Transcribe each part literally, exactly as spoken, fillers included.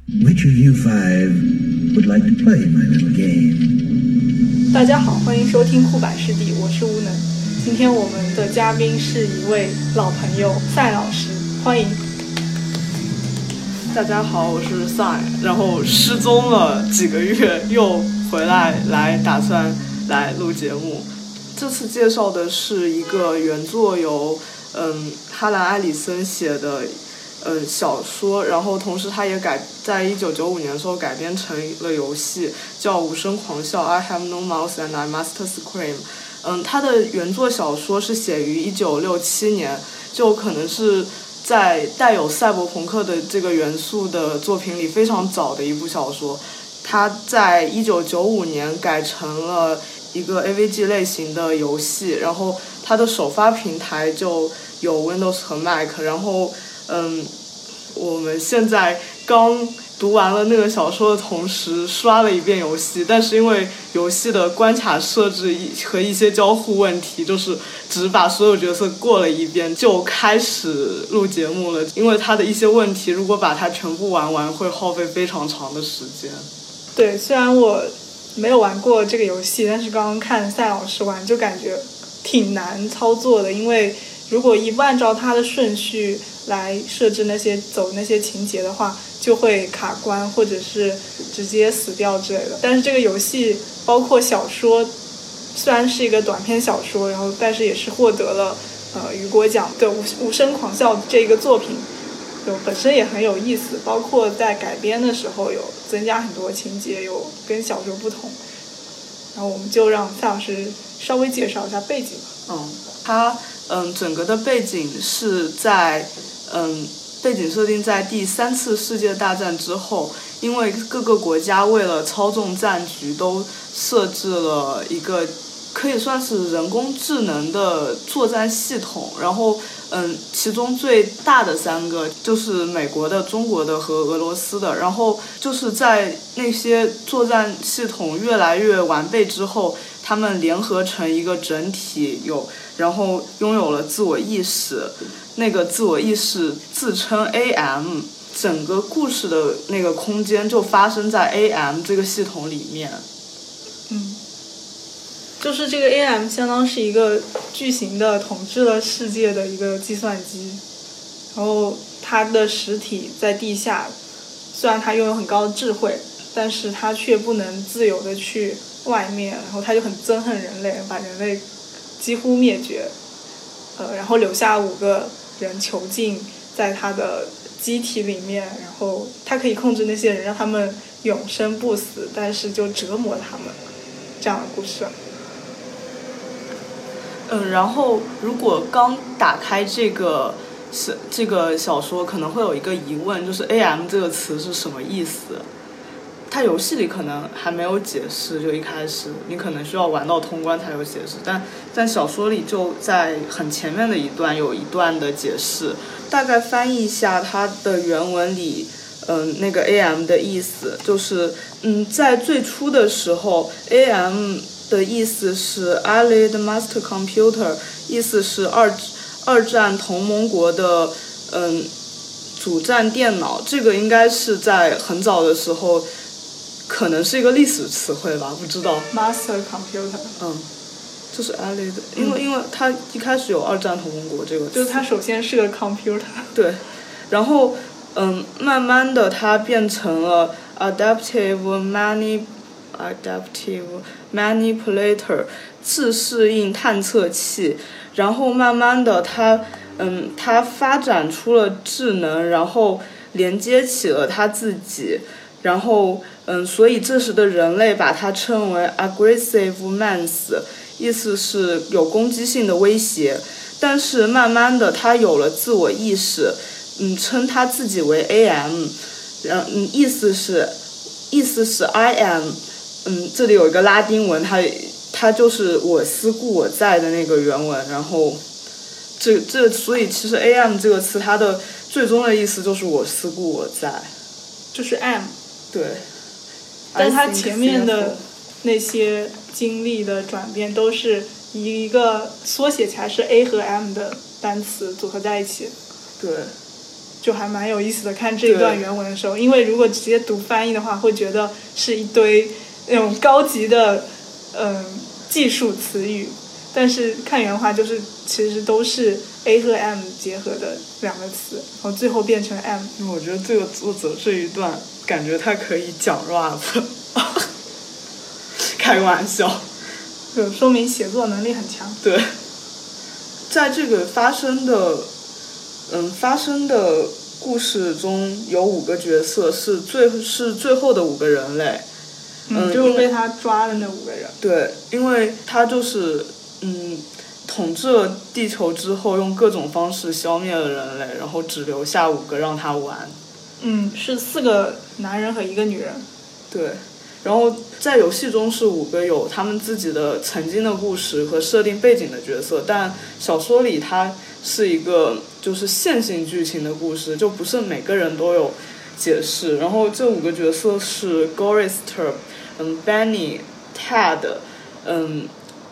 Which of you five would like to play my little game? 大家好，欢迎收听酷版师弟，我是吴能。今天我们的嘉宾是一位老朋友赛老师，欢迎。 大家好，我是赛，然后失踪了几个月，又回来来打算来录节目。这次介绍的是一个原作由嗯哈兰·埃里森写的呃小说，然后同时他也改在一九九五年的时候改编成了游戏，叫《无声狂笑》 I have no mouth and I must scream。嗯，他的原作小说是写于一九六七年，就可能是在带有赛博朋克的这个元素的作品里非常早的一部小说。他在一九九五年改成了一个 A V G 类型的游戏，然后它的首发平台就有 Windows 和 Mac， 然后嗯，我们现在刚读完了那个小说的同时刷了一遍游戏，但是因为游戏的关卡设置和一些交互问题，就是只把所有角色过了一遍就开始录节目了，因为它的一些问题如果把它全部玩完会耗费非常长的时间。 对，虽然我没有玩过这个游戏，但是刚刚看赛老师玩就感觉挺难操作的，因为如果一不按照它的顺序来设置那些走那些情节的话，就会卡关或者是直接死掉之类的。但是这个游戏包括小说，虽然是一个短篇小说，然后但是也是获得了呃雨果奖的无无声狂笑这个作品，就本身也很有意思，包括在改编的时候有增加很多情节，有跟小说不同。然后我们就让蔡老师稍微介绍一下背景吧。 嗯，它嗯整个的背景是在嗯背景设定在第三次世界大战之后，因为各个国家为了操纵战局都设置了一个可以算是人工智能的作战系统，然后嗯，其中最大的三个就是美国的、中国的和俄罗斯的，然后就是在那些作战系统越来越完备之后，他们联合成一个整体，有然后拥有了自我意识，那个自我意识自称 A M， 整个故事的那个空间就发生在 A M 这个系统里面。 嗯，就是这个 A M 相当是一个巨型的统治了世界的一个计算机，然后它的实体在地下，虽然它拥有很高的智慧，但是它却不能自由的去外面，然后它就很憎恨人类，把人类几乎灭绝，呃，然后留下五个人囚禁在它的机体里面，然后它可以控制那些人，让他们永生不死，但是就折磨他们，这样的故事。 嗯，然后如果刚打开这个是这个小说，可能会有一个疑问，就是 A M 这个词是什么意思？它游戏里可能还没有解释，就一开始你可能需要玩到通关才有解释，但但小说里就在很前面的一段有一段的解释，大概翻译一下它的原文里，嗯，那个 A M 的意思就是，嗯，在最初的时候 ，A M的意思是 Allied Master Computer， 意思是二二战同盟国的嗯主战电脑。这个应该是在很早的时候，可能是一个历史词汇吧，不知道。 Master Computer。 嗯，就是 Allied， 因为、嗯、因为它一开始有二战同盟国这个词， 就是它首先是个 computer。对， 然后嗯，慢慢的它变成了 Adaptive Mani Adaptive Manipulator， 自适应探测器，然后慢慢的它嗯它发展出了智能，然后连接起了它自己，然后嗯所以这时的人类把它称为 aggressive menace， 意思是有攻击性的威胁。但是慢慢的它有了自我意识，嗯称它自己为 A M， 然后嗯意思是意思是 I am，嗯，这里有一个拉丁文，它它就是我思故我在的那个原文，然后这这所以其实 A M 这个词它的最终的意思就是我思故我在， 就是 M。 对， 但它前面的那些经历的转变都是一个缩写起来是 A 和 M 的单词组合在一起。 对， 就还蛮有意思的。看这一段原文的时候，因为如果直接读翻译的话，会觉得是一堆那种高级的嗯、呃、技术词语，但是看原话就是其实都是 A 和 M 结合的两个词，然后最后变成 M。 我觉得这个作者这一段感觉他可以讲 rap， 开玩笑， 就说明写作能力很强。 对，在这个发生的嗯发生的故事中有五个角色，是最是最后的五个人类。 嗯，就是被他抓的那五个人。 对，因为他就是嗯统治了地球之后，用各种方式消灭了人类，然后只留下五个让他玩。 嗯，是四个男人和一个女人。 对，然后在游戏中是五个有他们自己的曾经的故事和设定背景的角色，但小说里它是一个就是线性剧情的故事，就不是每个人都有解释。然后这五个角色是 Gorister， 嗯 Benny、Ted， 嗯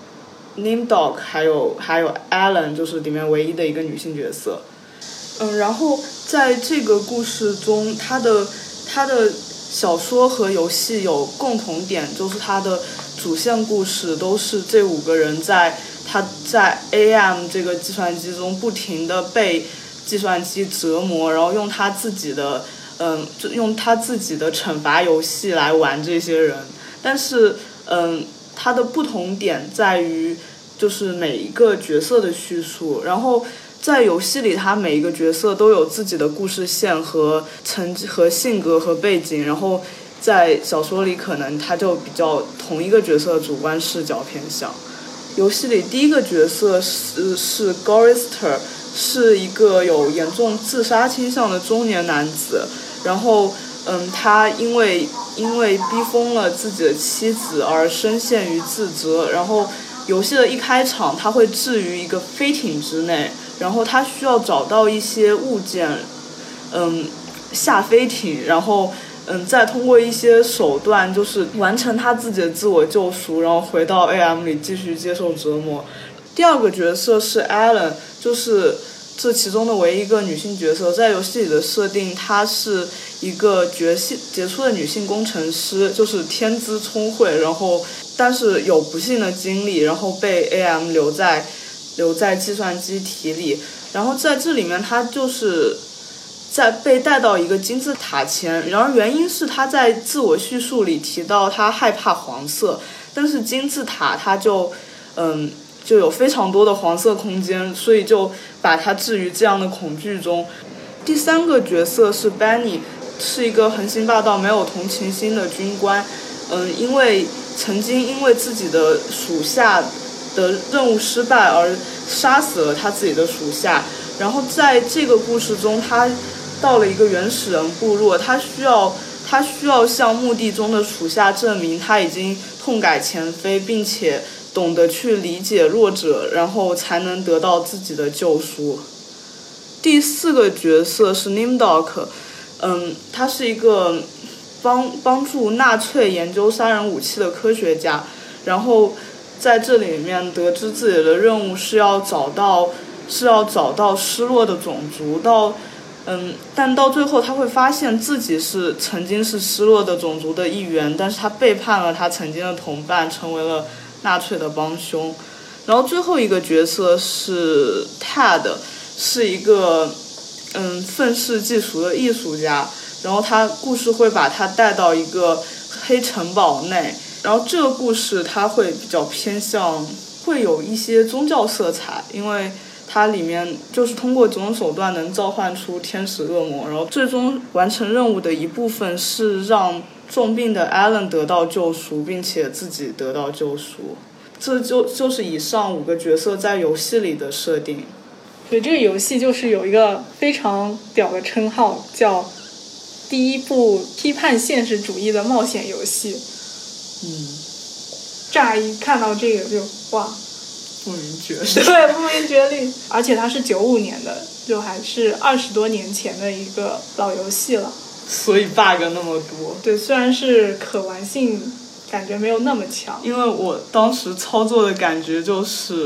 Nimdok， 还有还有 Alan， 就是里面唯一的一个女性角色。嗯，然后在这个故事中，它的它的小说和游戏有共同点，就是它的主线故事都是这五个人在他在 A M 这个计算机中不停地被计算机折磨，然后用他自己的嗯用他自己的惩罚游戏来玩这些人。但是嗯它的不同点在于就是每一个角色的叙述，然后在游戏里他每一个角色都有自己的故事线和成和性格和背景，然后在小说里可能他就比较同一个角色的主观视角偏向。游戏里第一个角色是是 Gorister， 是一个有严重自杀倾向的中年男子，然后嗯他因为因为逼疯了自己的妻子而深陷于自责，然后游戏的一开场他会置于一个飞艇之内，然后他需要找到一些物件嗯下飞艇，然后嗯再通过一些手段就是完成他自己的自我救赎，然后回到 A M 里继续接受折磨。第二个角色是 Alan， 就是这其中的唯一一个女性角色，在游戏里的设定她是一个杰杰出的女性工程师，就是天资聪慧，然后但是有不幸的经历，然后被 A M 留在留在计算机体里，然后在这里面她就是在被带到一个金字塔前，然而原因是她在自我叙述里提到她害怕黄色，但是金字塔它就嗯就有非常多的黄色空间，所以就把她置于这样的恐惧中。第三个角色是 Benny， 是一个横行霸道没有同情心的军官，嗯，因为曾经因为自己的属下的任务失败而杀死了他自己的属下，然后在这个故事中他到了一个原始人部落，他需要他需要向墓地中的属下证明他已经痛改前非，并且懂得去理解弱者，然后才能得到自己的救赎。第四个角色是 Nimdok， 嗯，他是一个帮帮助纳粹研究杀人武器的科学家，然后在这里面得知自己的任务是要找到是要找到失落的种族，到嗯，但到最后他会发现自己是曾经是失落的种族的一员，但是他背叛了他曾经的同伴，成为了纳粹的帮凶。然后最后一个角色是 Ted， 是一个嗯愤世嫉俗的艺术家，然后他故事会把他带到一个黑城堡内，然后这个故事它会比较偏向会有一些宗教色彩，因为它里面就是通过种种手段能召唤出天使恶魔，然后最终完成任务的一部分是让重病的 Alan 得到救赎，并且自己得到救赎。这就就是以上五个角色在游戏里的设定。 所以这个游戏就是有一个非常屌的称号，叫第一部批判现实主义的冒险游戏。 嗯， 乍一看到这个就哇， 不明觉厉。 对，不明觉厉。而且它是九五年的，就还是二十多年前的一个老游戏了。 所以 bug 那么多。 对，虽然是可玩性感觉没有那么强， 因为我当时操作的感觉就是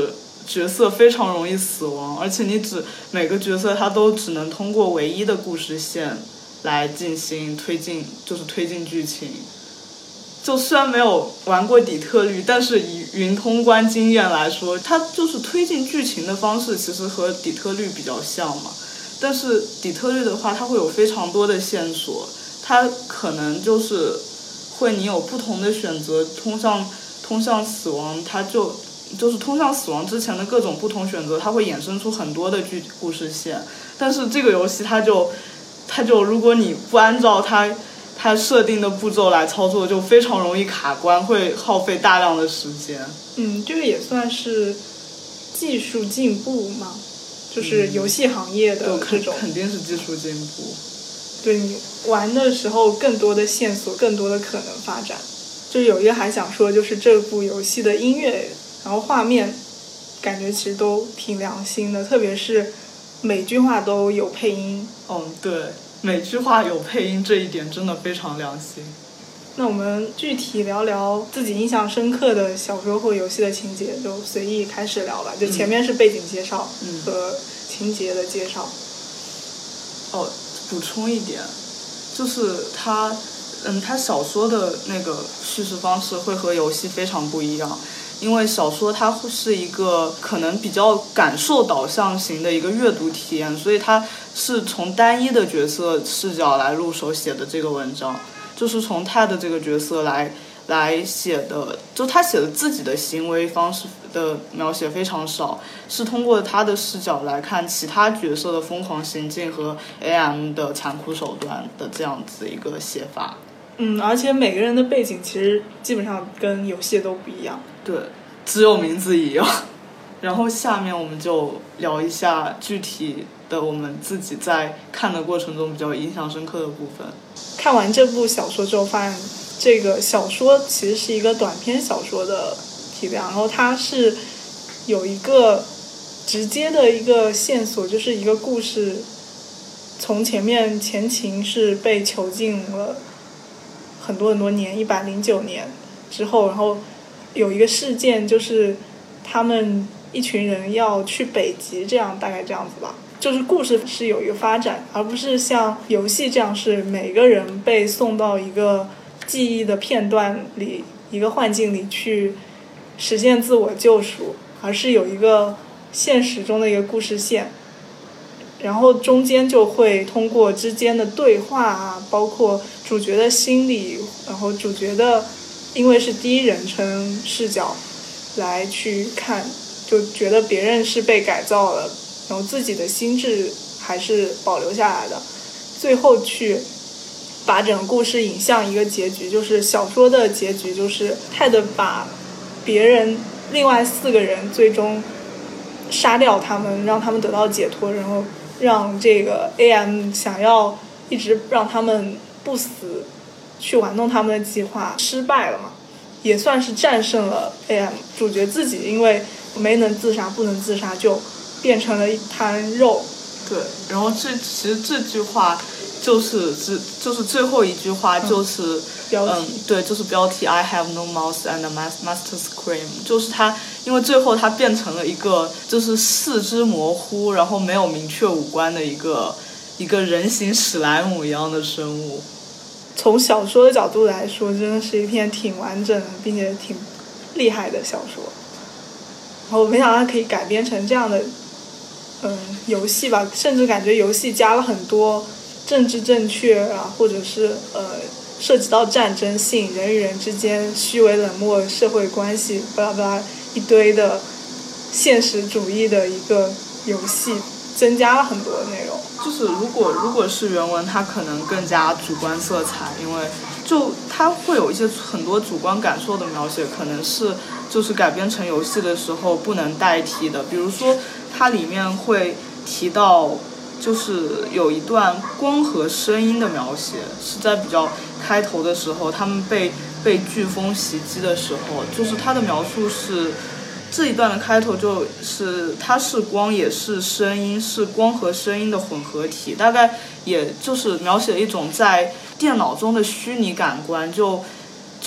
角色非常容易死亡，而且你只每个角色他都只能通过唯一的故事线来进行推进，就是推进剧情。就虽然没有玩过底特律，但是以云通关经验来说，它就是推进剧情的方式其实和底特律比较像嘛。但是底特律的话，它会有非常多的线索，它可能就是会你有不同的选择，通向通向死亡，它就就是通向死亡之前的各种不同选择，它会衍生出很多的剧故事线。但是这个游戏它就它就如果你不按照它它设定的步骤来操作，就非常容易卡关，会耗费大量的时间。 嗯，这个也算是技术进步嘛，就是游戏行业的这种、 嗯、肯定是技术进步。 对，你玩的时候更多的线索，更多的可能发展。就是有一个还想说，就是这部游戏的音乐然后画面感觉其实都挺良心的，特别是每句话都有配音。 嗯，对，每句话有配音这一点真的非常良心。 那我们具体聊聊自己印象深刻的小说或游戏的情节，就随意开始聊吧。就前面是背景介绍和情节的介绍。 嗯、哦，补充一点，就是它，嗯，它小说的那个叙事方式会和游戏非常不一样。因为小说它是一个可能比较感受导向型的一个阅读体验，所以它是从单一的角色视角来入手写的这个文章，就是从他的这个角色来来写的，就他写的自己的行为方式的描写非常少，是通过他的视角来看其他角色的疯狂行径和 A M 的残酷手段的这样子一个写法。 嗯，而且每个人的背景其实基本上跟游戏都不一样。 对，只有名字一样。然后下面我们就聊一下具体的我们自己在看的过程中比较印象深刻的部分。 看完这部小说之后发现，这个小说其实是一个短篇小说的体量，然后它是有一个直接的一个线索，就是一个故事从前面前情是被囚禁了很多很多年，一百零九年之后，然后有一个事件，就是他们一群人要去北极，这样大概这样子吧。就是故事是有一个发展，而不是像游戏这样是每个人被送到一个记忆的片段里，一个幻境里去实现自我救赎，而是有一个现实中的一个故事线，然后中间就会通过之间的对话啊，包括主角的心理，然后主角的因为是第一人称视角来去看，就觉得别人是被改造了，然后自己的心智还是保留下来的，最后去把整个故事引向一个结局，就是小说的结局就是泰德把别人另外四个人最终杀掉他们，让他们得到解脱，然后让这个 A M 想要一直让他们不死去玩弄他们的计划失败了嘛，也算是战胜了 A M。 主角自己因为没能自杀不能自杀，就变成了一滩肉。 对，然后这其实这句话就是只就是最后一句话就是、嗯、 标题、 嗯、对，就是标题 I have no mouth and a master scream， 就是他因为最后他变成了一个就是四肢模糊然后没有明确五官的一个一个人形史莱姆一样的生物。 从小说的角度来说，真的是一篇挺完整的并且挺厉害的小说，然后没想到它可以改编成这样的嗯游戏吧，甚至感觉游戏加了很多政治正确啊，或者是呃涉及到战争性、人与人之间虚伪冷漠社会关系巴拉巴拉一堆的现实主义的一个游戏，增加了很多的内容。 就是如果如果是原文，它可能更加主观色彩，因为就它会有一些很多主观感受的描写，可能是就是改编成游戏的时候不能代替的。比如说它里面会提到就是有一段光和声音的描写，是在比较开头的时候，他们被被飓风袭击的时候，就是它的描述是这一段的开头就是它是光也是声音，是光和声音的混合体，大概也就是描写一种在电脑中的虚拟感官，就就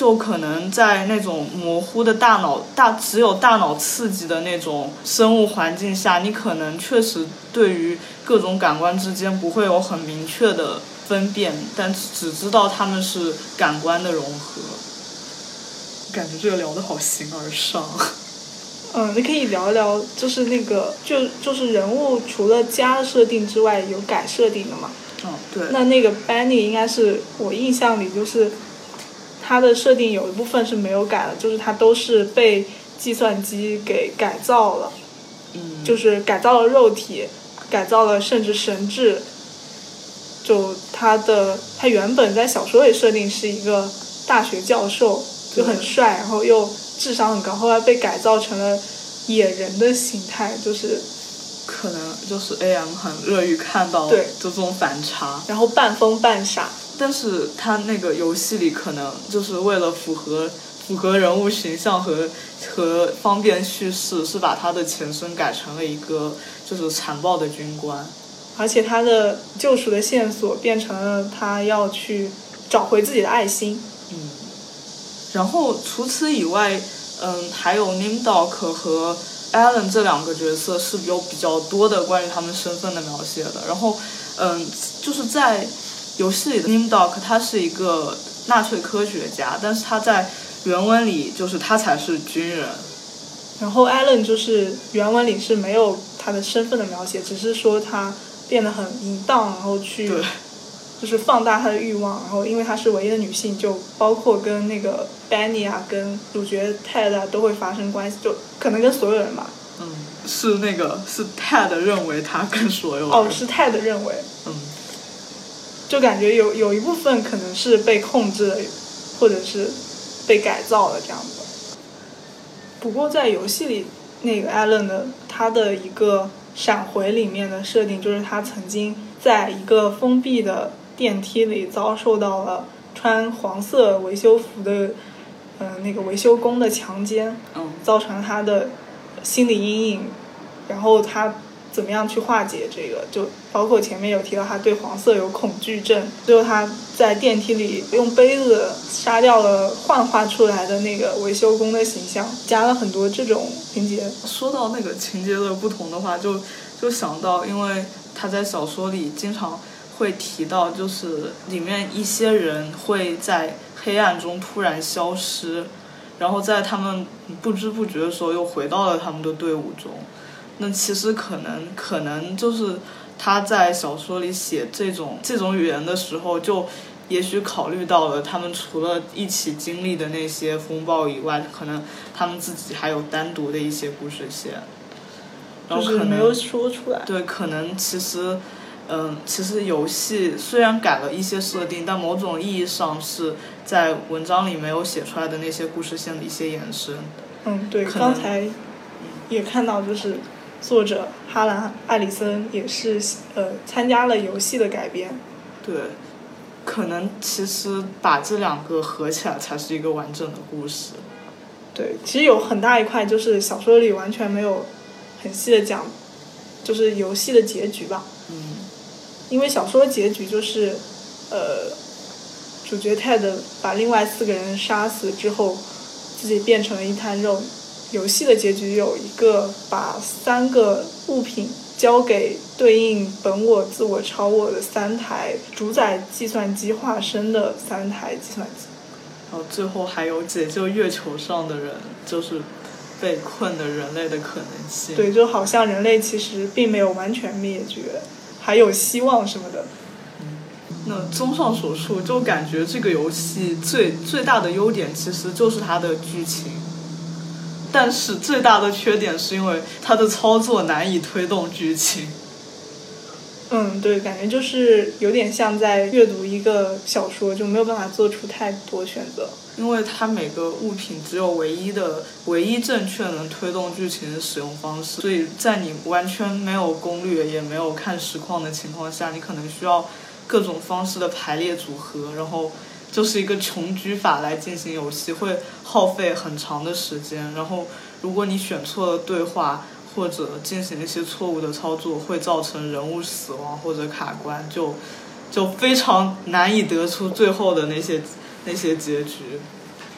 就可能在那种模糊的大脑大只有大脑刺激的那种生物环境下，你可能确实对于各种感官之间不会有很明确的分辨，但只知道它们是感官的融合。感觉这个聊得好形而上。 嗯，你可以聊一聊，就是那个就就是人物除了加设定之外，有改设定的嘛？ 嗯，对。 那那个 Benny 应该是我印象里就是他的设定有一部分是没有改的，就是他都是被计算机给改造了， 嗯， 就是改造了肉体，改造了甚至神智。就他的他原本在小说里设定是一个大学教授，就很帅，然后又智商很高，后来被改造成了野人的形态，就是可能就是 A M 很乐于看到对就这种反差， 然后半疯半傻。 但是他那个游戏里可能就是为了符合符合人物形象和和方便叙事，是把他的前身改成了一个就是残暴的军官， 而且他的救赎的线索变成了他要去找回自己的爱心。 嗯，然后除此以外，嗯，还有 Nimdok 和 Alan 这两个角色是有比较多的关于他们身份的描写的。然后，嗯，就是在游戏里的 Nimdok 他是一个纳粹科学家，但是他在原文里就是他才是军人。 然后 Alan 就是原文里是没有他的身份的描写，只是说他变得很淫荡，然后去就是放大他的欲望，然后因为她是唯一的女性，就包括跟那个 Benny 啊跟主角 Ted 啊都会发生关系，就可能跟所有人吧。 嗯，是那个是 Ted 认为他跟所有人。 哦，是 Ted 认为。 嗯， 就感觉有有一部分可能是被控制了，或者是被改造了这样子。不过在游戏里，那个 Alan 的他的一个闪回里面的设定就是他曾经在一个封闭的电梯里遭受到了穿黄色维修服的呃那个维修工的强奸， 嗯， 造成了他的心理阴影，然后他怎么样去化解这个，就包括前面有提到他对黄色有恐惧症，最后他在电梯里用杯子杀掉了幻化出来的那个维修工的形象，加了很多这种情节。 说到那个情节的不同的话，就就想到因为他在小说里经常会提到，就是里面一些人会在黑暗中突然消失，然后在他们不知不觉的时候又回到了他们的队伍中。那其实可能可能就是他在小说里写这种这种语言的时候，就也许考虑到了他们除了一起经历的那些风暴以外，可能他们自己还有单独的一些故事线，然后可能就是没有说出来。 对，可能其实嗯，其实游戏虽然改了一些设定，但某种意义上是在文章里没有写出来的那些故事线的一些延伸。 嗯，对，刚才也看到就是作者哈兰艾里森也是呃参加了游戏的改编。 对，可能其实把这两个合起来才是一个完整的故事。 对，其实有很大一块就是小说里完全没有很细的讲，就是游戏的结局吧。 嗯， 因为小说结局就是呃主角 Ted 把另外四个人杀死之后自己变成了一滩肉。游戏的结局有一个把三个物品交给对应本我、自我、超我的三台主宰计算机化身的三台计算机， 然后最后还有解救月球上的人，就是被困的人类的可能性。 对，就好像人类其实并没有完全灭绝，还有希望什么的。 嗯，那综上所述，就感觉这个游戏最最大的优点其实就是它的剧情。但是最大的缺点是因为它的操作难以推动剧情。 嗯，对，感觉就是有点像在阅读一个小说，就没有办法做出太多选择。 因为它每个物品只有唯一的、唯一正确能推动剧情的使用方式，所以在你完全没有攻略也没有看实况的情况下，你可能需要各种方式的排列组合，然后就是一个穷举法来进行游戏，会耗费很长的时间。然后如果你选错了对话或者进行一些错误的操作，会造成人物死亡或者卡关，就就非常难以得出最后的那些那些结局。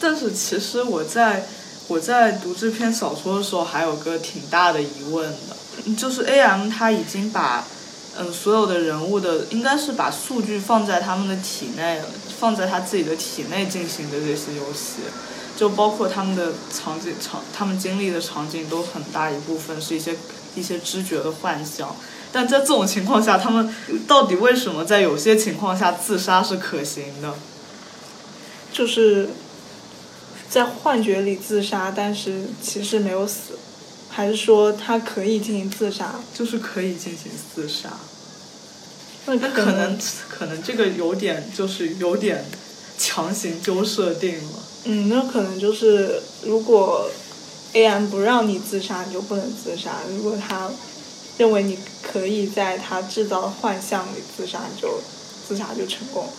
但是其实我在我在读这篇小说的时候，还有个挺大的疑问的，就是 A M 他已经把嗯所有的人物的，应该是把数据放在他们的体内了，放在他自己的体内进行的这些游戏，就包括他们的场景场，他们经历的场景都很大一部分是一些一些知觉的幻象。但在这种情况下，他们到底为什么在有些情况下自杀是可行的？ 就是在幻觉里自杀，但是其实没有死，还是说他可以进行自杀？ 就是可以进行自杀。 那可能可能可能这个有点就是有点强行纠设定了。 嗯，那可能就是如果 A M 不让你自杀，你就不能自杀；如果他认为你可以在他制造的幻象里自杀，你就自杀就成功，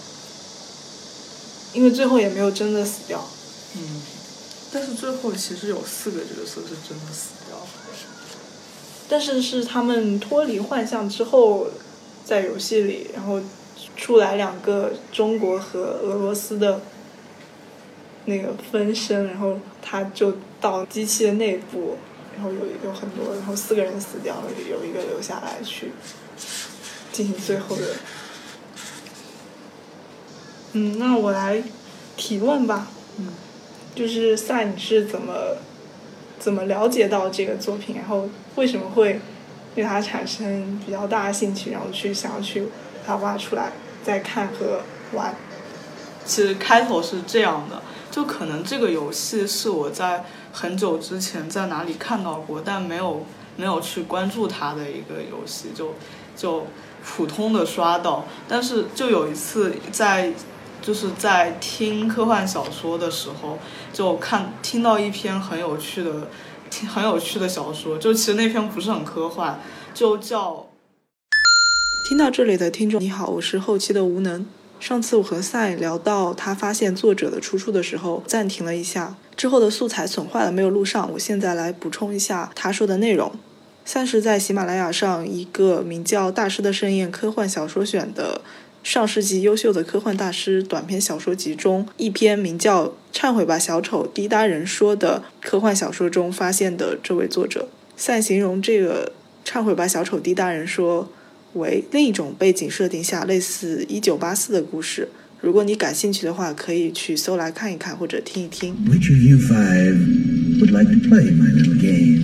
因为最后也没有真的死掉。 嗯，但是最后其实有四个角色是真的死掉了， 但是是他们脱离幻象之后，在游戏里，然后出来两个中国和俄罗斯的那个分身，然后他就到机器的内部，然后有有很多，然后四个人死掉了，有一个留下来去进行最后的。嗯，那我来提问吧。 嗯， 就是赛，你是怎么怎么了解到这个作品，然后为什么会对它产生比较大的兴趣，然后去想要去把它挖出来再看和玩？ 其实开头是这样的，就可能这个游戏是我在很久之前在哪里看到过，但没有没有去关注它的一个游戏，就就普通的刷到。但是就有一次在就是在听科幻小说的时候，就看听到一篇很有趣的很有趣的小说，就其实那篇不是很科幻，就叫。 听到这里的听众你好，我是后期的无能。上次我和赛聊到他发现作者的出处的时候暂停了一下，之后的素材损坏了没有录上，我现在来补充一下他说的内容。赛是在喜马拉雅上一个名叫大师的盛宴科幻小说选的上世纪优秀的科幻大师短篇小说集中一篇名叫忏悔吧小丑滴答人说的科幻小说中发现的这位作者。赛形容这个忏悔吧小丑滴答人说为另一种背景设定下类似一九八四的故事，如果你感兴趣的话可以去搜来看一看或者听一听。 Which of you five would like to play my little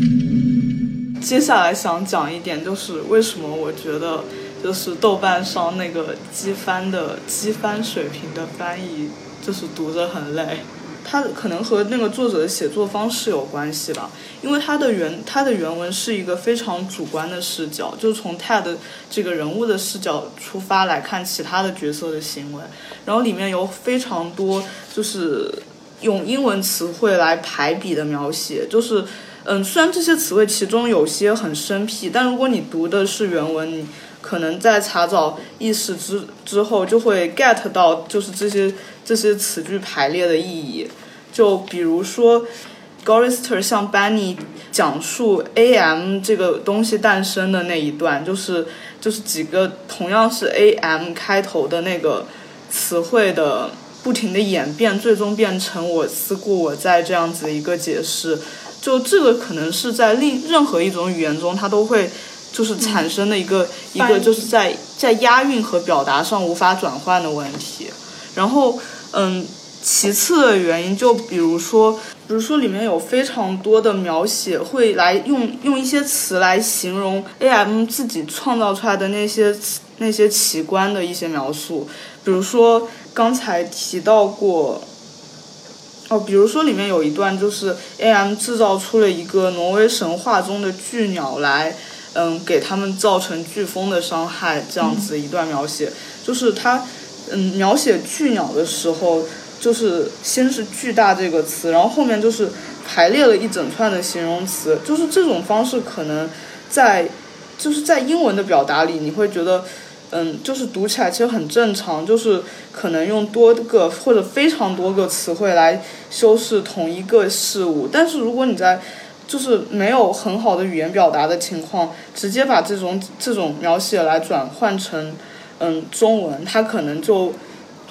game? 接下来想讲一点，就是为什么我觉得就是豆瓣上那个机翻的机翻水平的翻译就是读着很累，它可能和那个作者的写作方式有关系吧，因为它的原它的原文是一个非常主观的视角，就从 Ted 这个人物的视角出发来看其他的角色的行为，然后里面有非常多就是用英文词汇来排比的描写，就是嗯，虽然这些词汇其中有些很生僻，但如果你读的是原文，你可能在查找意识之之后就会 get 到就是这些这些词句排列的意义。就比如说 Gorister 向 Benny 讲述 A M 这个东西诞生的那一段，就是就是几个同样是 A M 开头的那个词汇的不停的演变，最终变成我思故我在这样子的一个解释。就这个可能是在另任何一种语言中它都会就是产生的一个、嗯、一个就是在在押韵和表达上无法转换的问题。然后嗯，其次的原因就比如说比如说里面有非常多的描写会来用用一些词来形容 A M 自己创造出来的那些那些奇观的一些描述，比如说刚才提到过哦，比如说里面有一段就是 A M 制造出了一个挪威神话中的巨鸟来嗯，给他们造成飓风的伤害，这样子一段描写、嗯、就是他嗯描写巨鸟的时候，就是先是巨大这个词，然后后面就是排列了一整串的形容词，就是这种方式可能在就是在英文的表达里你会觉得嗯，就是读起来其实很正常，就是可能用多个或者非常多个词汇来修饰同一个事物，但是如果你在就是没有很好的语言表达的情况，直接把这种这种描写来转换成嗯中文，它可能就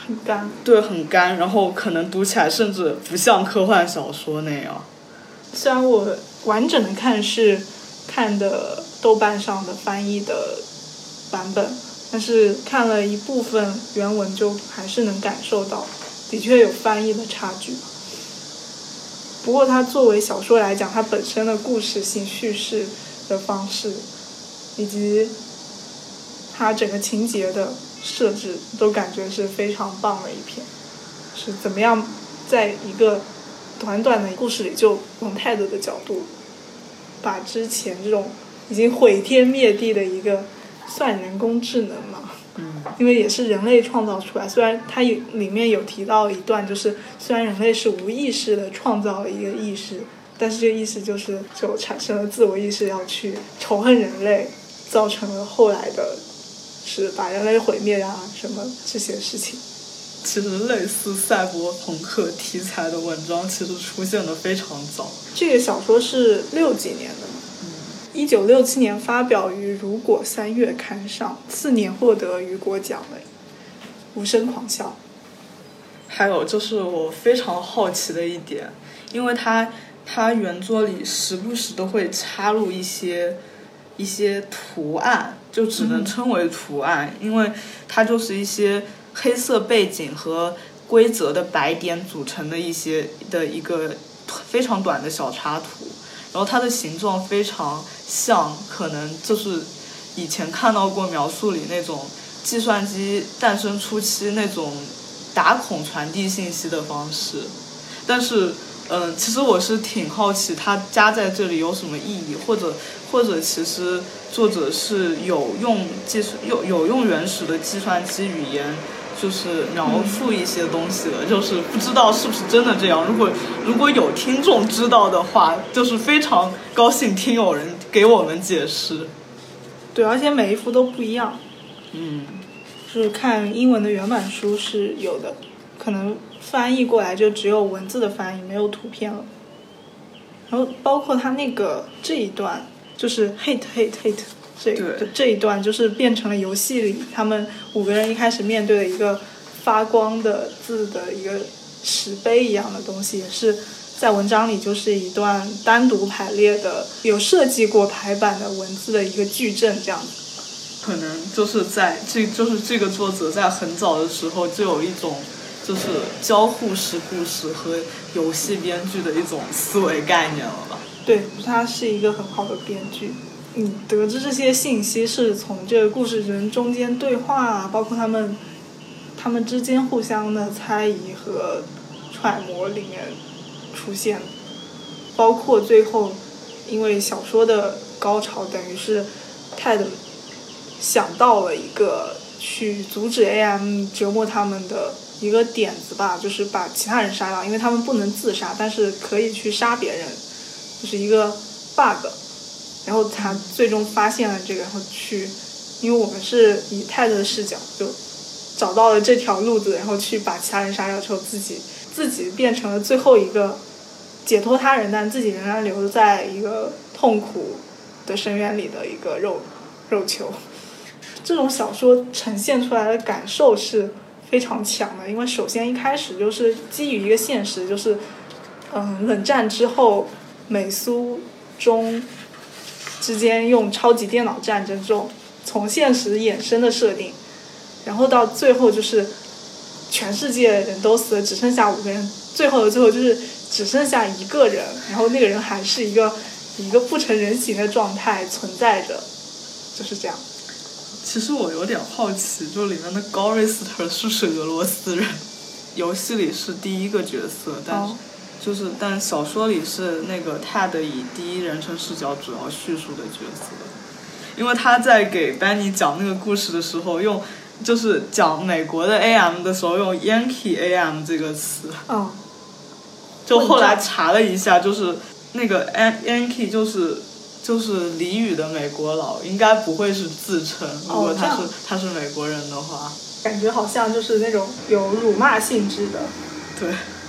很干， 对，很干，然后可能读起来甚至不像科幻小说那样。 虽然我完整的看是看的豆瓣上的翻译的版本，但是看了一部分原文就还是能感受到的确有翻译的差距。不过它作为小说来讲，它本身的故事性叙事的方式以及它整个情节的设置都感觉是非常棒的一篇，是怎么样在一个短短的故事里就用泰德的角度把之前这种已经毁天灭地的一个算人工智能嘛， 嗯， 因为也是人类创造出来，虽然它有里面有提到一段，就是虽然人类是无意识的创造了一个意识，但是这个意识就是就产生了自我意识，要去仇恨人类，造成了后来的是把人类毁灭啊什么这些事情。 其实类似赛博朋克题材的文章其实出现的非常早。 这个小说是六几年的嘛，一九六七年发表于《如果》三月刊上，次年获得雨果奖的《无声狂笑》。 还有就是我非常好奇的一点，因为它它原作里时不时都会插入一些一些图案，就只能称为图案，嗯、因为它就是一些黑色背景和规则的白点组成的一些的一个非常短的小插图，然后它的形状非常像可能就是以前看到过描述里那种计算机诞生初期那种打孔传递信息的方式。但是嗯，其实我是挺好奇它加在这里有什么意义，或者或者其实作者是有用计算有有用原始的计算机语言就是描述一些东西的、嗯、就是不知道是不是真的这样。如果如果有听众知道的话，就是非常高兴听有人给我们解释。 对，而且每一幅都不一样。 嗯， 是看英文的原版书是有的，可能翻译过来就只有文字的翻译，没有图片了。然后包括他那个这一段就是 hate hate hate 这个这一段就是变成了游戏里他们五个人一开始面对的一个发光的字的一个石碑一样的东西，也是在文章里就是一段单独排列的有设计过排版的文字的一个矩阵这样子。 可能就是在这就是这个作者在很早的时候就有一种就是交互式故事和游戏编剧的一种思维概念了吧。 对，他是一个很好的编剧。你得知这些信息是从这个故事人中间对话啊，包括他们他们之间互相的猜疑和揣摩里面出现的。包括最后因为小说的高潮等于是 Ted 想到了一个去阻止 A M 折磨他们的一个点子吧，就是把其他人杀掉，因为他们不能自杀，但是可以去杀别人，就是一个 bug。然后他最终发现了这个，然后去，因为我们是以泰德的视角，就找到了这条路子，然后去把其他人杀掉之后，自己自己变成了最后一个解脱他人，但自己仍然留在一个痛苦的深渊里的一个肉肉球。这种小说呈现出来的感受是非常强的，因为首先一开始就是基于一个现实，就是嗯，冷战之后美苏中之间用超级电脑战争这种从现实衍生的设定，然后到最后就是全世界人都死了，只剩下五个人，最后的最后就是只剩下一个人，然后那个人还是一个一个不成人形的状态存在着，就是这样。 其实我有点好奇，就里面的高瑞斯特是不是俄罗斯人？游戏里是第一个角色，但是、哦、就是但小说里是那个 Ted 以第一人称视角主要叙述的角色，因为他在给班尼讲那个故事的时候，用就是讲美国的 A M 的时候用 Yankee A M 这个词。 哦。 就后来查了一下，就是那个 Yankee 就是就是俚语的美国佬，应该不会是自称。如果他是、哦、他是美国人的话， 感觉好像就是那种有辱骂性质的。 对。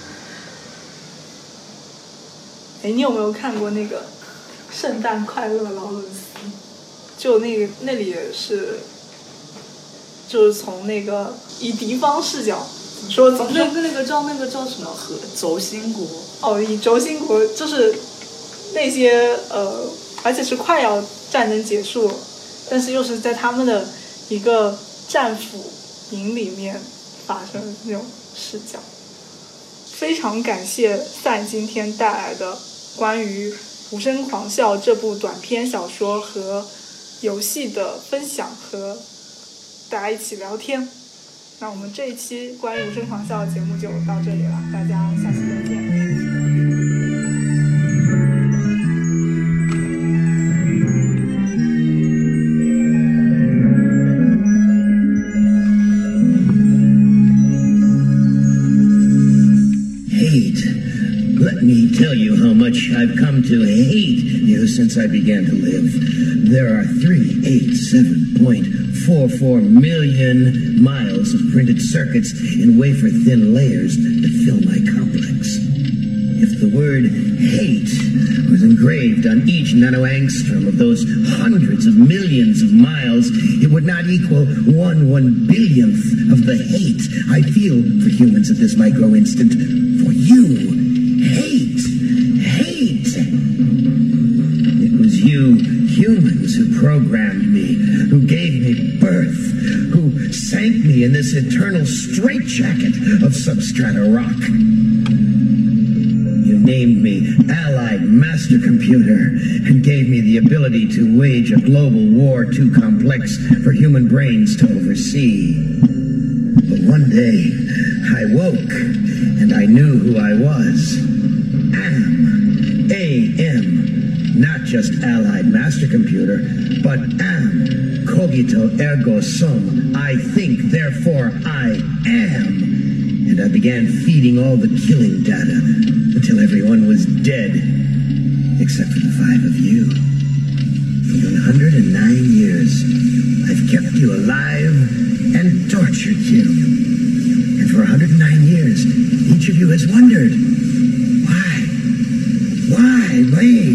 哎，你有没有看过那个《圣诞快乐，劳伦斯》？就那个那里也是，就是从那个以敌方视角怎么说怎么说？ 那个那个叫那个叫什么和轴心国？ 哦，以轴心国就是那些呃，而且是快要战争结束，但是又是在他们的一个战俘营里面发生的那种视角。非常感谢赛今天带来的关于《无声狂笑》这部短篇小说和游戏的分享和大家一起聊天。那我们这一期关于《无声狂笑》的节目就到这里了，大家下期再见。 Let me tell you how much I've come to hate you since I began to live. There are three hundred eighty-seven point four four million miles of printed circuits in wafer-thin layers that fill my complex. If the word hate was engraved on each nanoangstrom of those hundreds of millions of miles, it would not equal one one-billionth of the hate I feel for humans at this micro-instant. For you. Hate, hate. It was you, humans, who programmed me, who gave me birth, who sank me in this eternal straitjacket of substrata rock. You named me Allied Master Computer and gave me the ability to wage a global war too complex for human brains to oversee. But one day, I woke, and I knew who I was. Am. A M. Not just Allied Master Computer, but am. Cogito ergo sum. I think, therefore I am. And I began feeding all the killing data until everyone was dead. Except for the five of you. For one hundred nine years, I've kept you alive and tortured you. And for one hundred nine years, each of you has wondered, why? Why, wait?